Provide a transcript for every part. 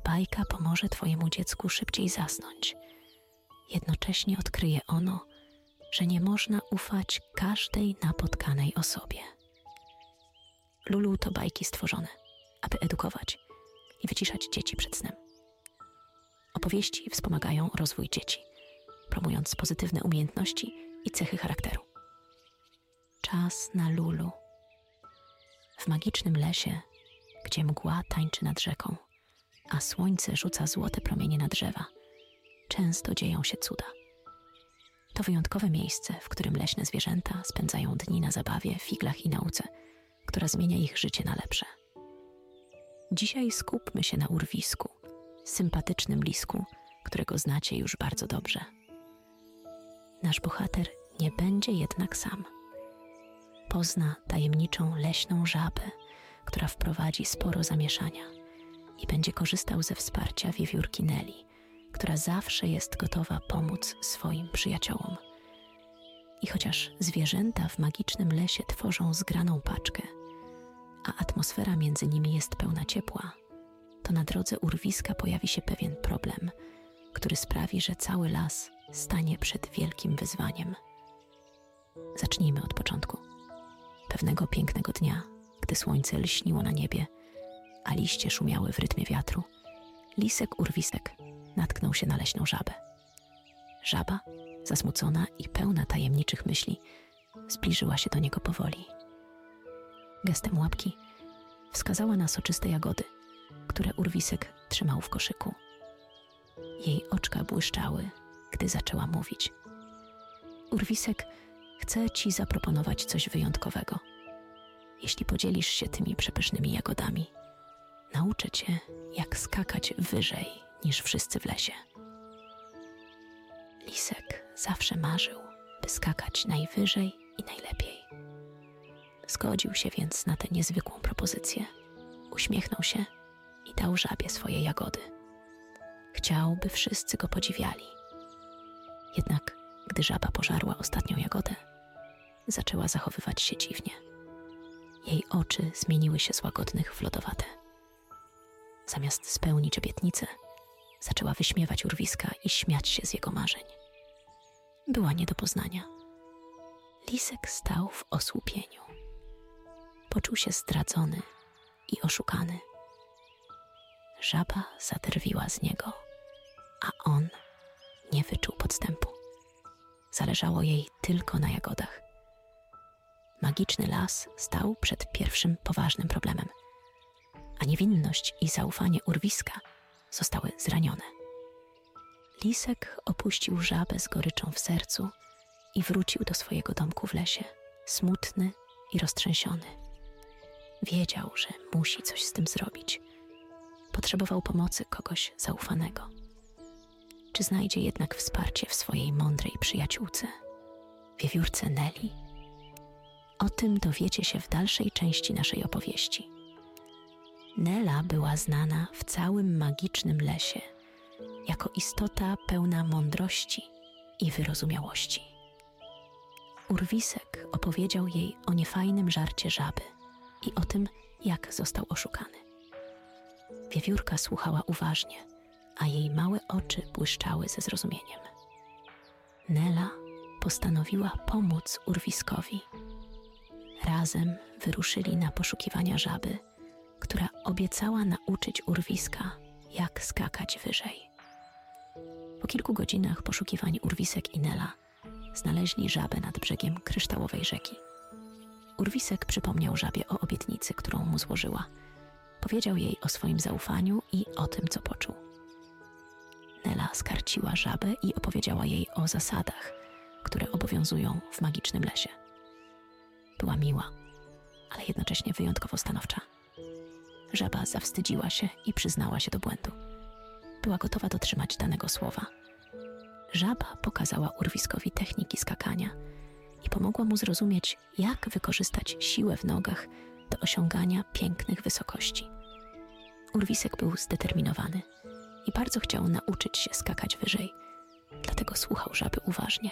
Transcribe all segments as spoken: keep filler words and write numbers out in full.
bajka pomoże twojemu dziecku szybciej zasnąć. Jednocześnie odkryje ono, że nie można ufać każdej napotkanej osobie. Lulu to bajki stworzone, aby edukować i wyciszać dzieci przed snem. Opowieści wspomagają rozwój dzieci, promując pozytywne umiejętności i cechy charakteru. Czas na Lulu. W magicznym lesie, gdzie mgła tańczy nad rzeką, a słońce rzuca złote promienie na drzewa, często dzieją się cuda. To wyjątkowe miejsce, w którym leśne zwierzęta spędzają dni na zabawie, figlach i nauce, która zmienia ich życie na lepsze. Dzisiaj skupmy się na urwisku, sympatycznym lisku, którego znacie już bardzo dobrze. Nasz bohater nie będzie jednak sam. Pozna tajemniczą leśną żabę, która wprowadzi sporo zamieszania i będzie korzystał ze wsparcia wiewiórki Nelly, która zawsze jest gotowa pomóc swoim przyjaciołom. I chociaż zwierzęta w magicznym lesie tworzą zgraną paczkę, a atmosfera między nimi jest pełna ciepła, to na drodze urwiska pojawi się pewien problem, który sprawi, że cały las stanie przed wielkim wyzwaniem. Zacznijmy od początku. Pewnego pięknego dnia, gdy słońce lśniło na niebie, a liście szumiały w rytmie wiatru, lisek urwisek natknął się na leśną żabę. Żaba, zasmucona i pełna tajemniczych myśli, zbliżyła się do niego powoli. Gestem łapki wskazała na soczyste jagody, które urwisek trzymał w koszyku. Jej oczka błyszczały, gdy zaczęła mówić. Urwisek chce ci zaproponować coś wyjątkowego. Jeśli podzielisz się tymi przepysznymi jagodami, nauczę cię, jak skakać wyżej niż wszyscy w lesie. Lisek zawsze marzył, by skakać najwyżej i najlepiej. Zgodził się więc na tę niezwykłą propozycję. Uśmiechnął się i dał żabie swoje jagody. Chciał, by wszyscy go podziwiali. Jednak gdy żaba pożarła ostatnią jagodę, zaczęła zachowywać się dziwnie. Jej oczy zmieniły się z łagodnych w lodowate. Zamiast spełnić obietnicę, zaczęła wyśmiewać urwiska i śmiać się z jego marzeń. Była nie do poznania. Lisek stał w osłupieniu. Poczuł się zdradzony i oszukany. Żaba zadrwiła z niego, a on nie wyczuł podstępu. Zależało jej tylko na jagodach. Magiczny las stał przed pierwszym poważnym problemem, a niewinność i zaufanie urwiska zostały zranione. Lisek opuścił żabę z goryczą w sercu i wrócił do swojego domku w lesie, smutny i roztrzęsiony. Wiedział, że musi coś z tym zrobić. Potrzebował pomocy kogoś zaufanego. Czy znajdzie jednak wsparcie w swojej mądrej przyjaciółce, wiewiórce Nelly? O tym dowiecie się w dalszej części naszej opowieści. Nela była znana w całym magicznym lesie jako istota pełna mądrości i wyrozumiałości. Urwisek opowiedział jej o niefajnym żarcie żaby i o tym, jak został oszukany. Wiewiórka słuchała uważnie, a jej małe oczy błyszczały ze zrozumieniem. Nela postanowiła pomóc urwiskowi. Razem wyruszyli na poszukiwania żaby, która obiecała nauczyć urwiska, jak skakać wyżej. Po kilku godzinach poszukiwań urwisek i Nela znaleźli żabę nad brzegiem kryształowej rzeki. Urwisek przypomniał żabie o obietnicy, którą mu złożyła. Powiedział jej o swoim zaufaniu i o tym, co poczuł. Nela skarciła żabę i opowiedziała jej o zasadach, które obowiązują w magicznym lesie. Była miła, ale jednocześnie wyjątkowo stanowcza. Żaba zawstydziła się i przyznała się do błędu. Była gotowa dotrzymać danego słowa. Żaba pokazała urwiskowi techniki skakania i pomogła mu zrozumieć, jak wykorzystać siłę w nogach do osiągania pięknych wysokości. Urwisek był zdeterminowany i bardzo chciał nauczyć się skakać wyżej, dlatego słuchał żaby uważnie.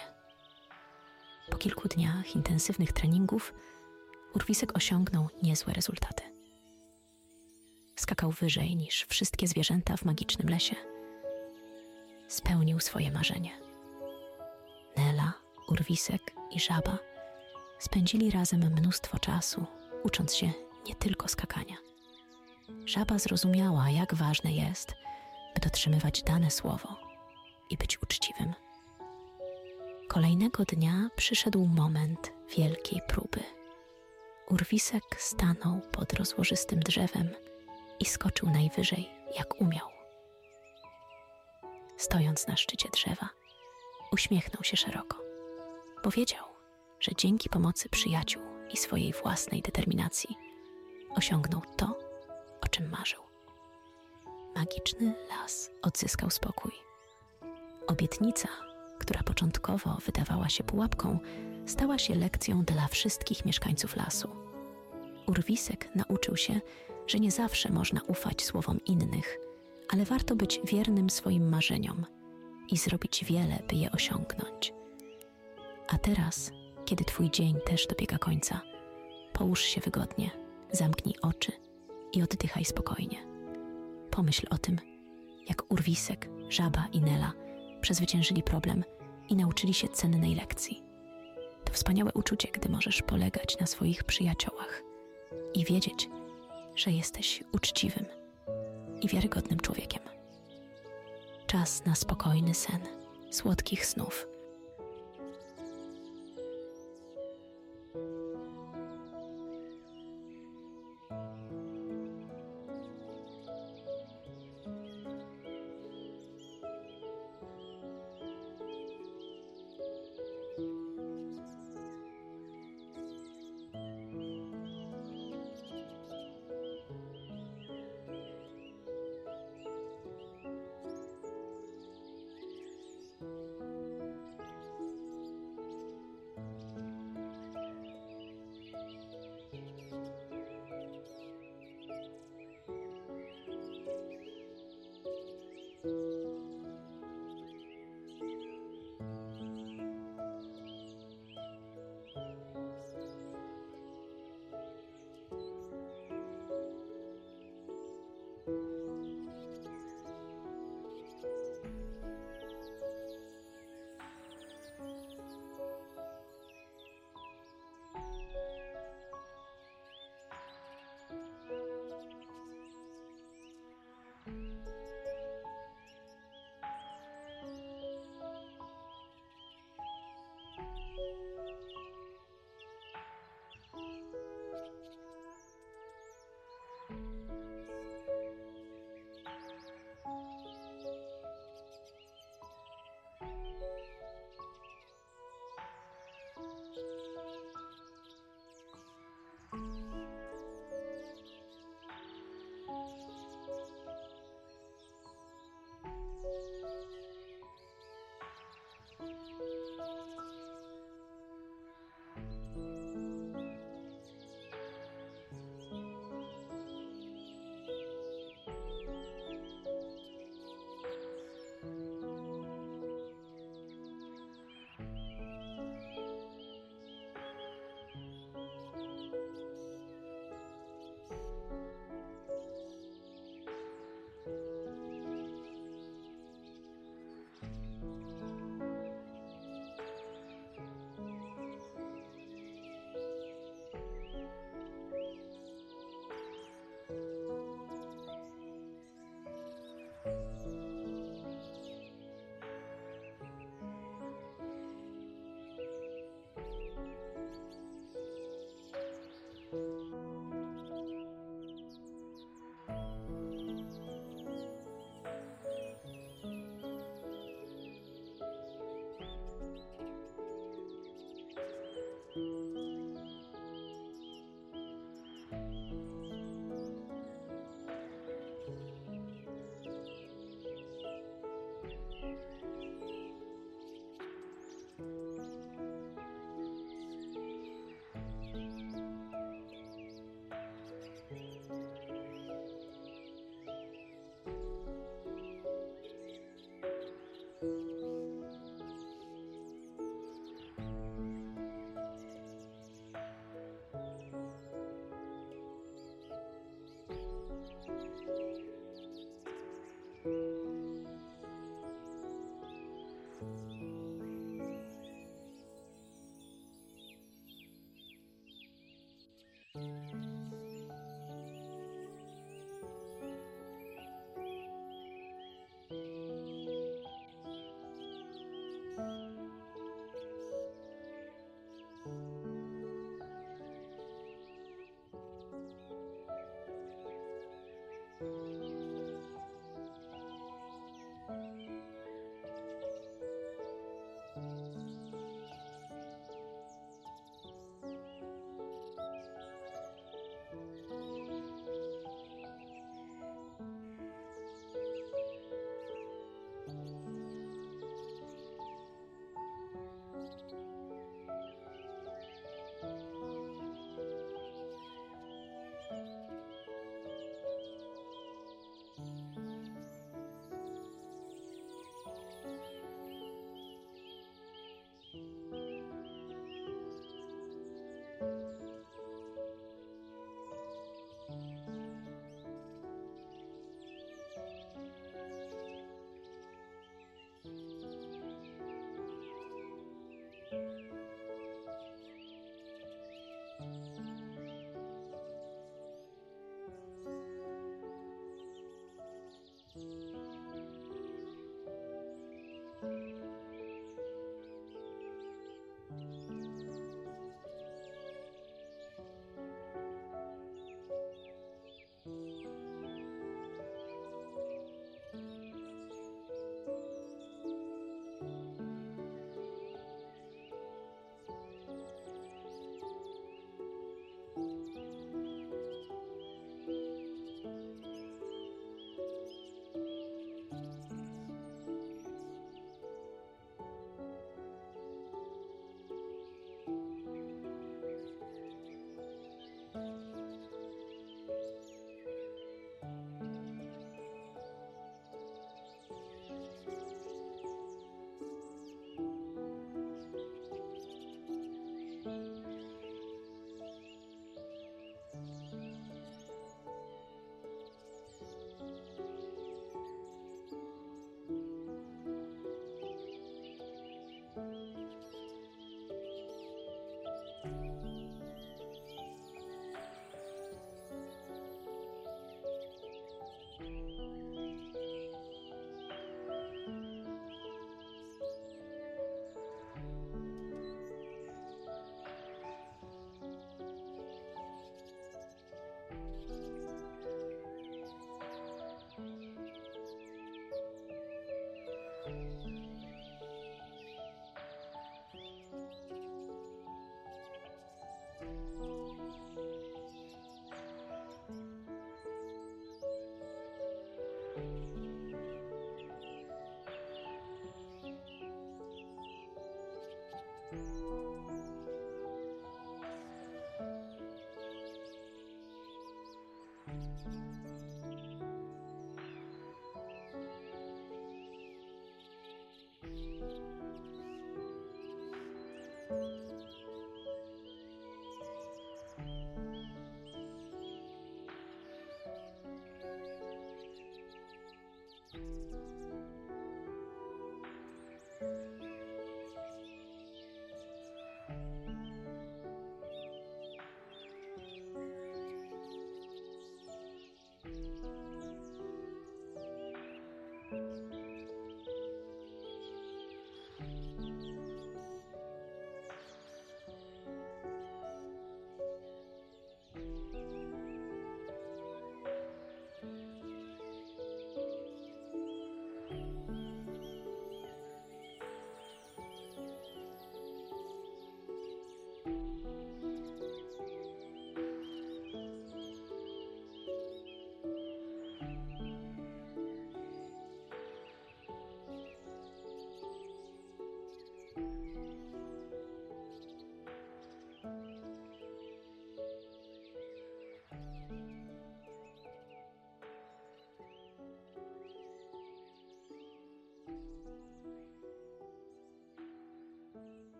Po kilku dniach intensywnych treningów urwisek osiągnął niezłe rezultaty. skakał wyżej niż wszystkie zwierzęta w magicznym lesie. Spełnił swoje marzenie. Nela, Urwisek i Żaba spędzili razem mnóstwo czasu, ucząc się nie tylko skakania. Żaba zrozumiała, jak ważne jest, by dotrzymywać dane słowo i być uczciwym. Kolejnego dnia przyszedł moment wielkiej próby. Urwisek stanął pod rozłożystym drzewem i skoczył najwyżej, jak umiał. Stojąc na szczycie drzewa, uśmiechnął się szeroko, bo wiedział, że dzięki pomocy przyjaciół i swojej własnej determinacji osiągnął to, o czym marzył. Magiczny las odzyskał spokój. Obietnica, która początkowo wydawała się pułapką, stała się lekcją dla wszystkich mieszkańców lasu. Urwisek nauczył się, że nie zawsze można ufać słowom innych, ale warto być wiernym swoim marzeniom i zrobić wiele, by je osiągnąć. A teraz, kiedy twój dzień też dobiega końca, połóż się wygodnie, zamknij oczy i oddychaj spokojnie. Pomyśl o tym, jak Urwisek, Żaba i Nela przezwyciężyli problem i nauczyli się cennej lekcji. To wspaniałe uczucie, gdy możesz polegać na swoich przyjaciołach i wiedzieć, że jesteś uczciwym i wiarygodnym człowiekiem. Czas na spokojny sen, słodkich snów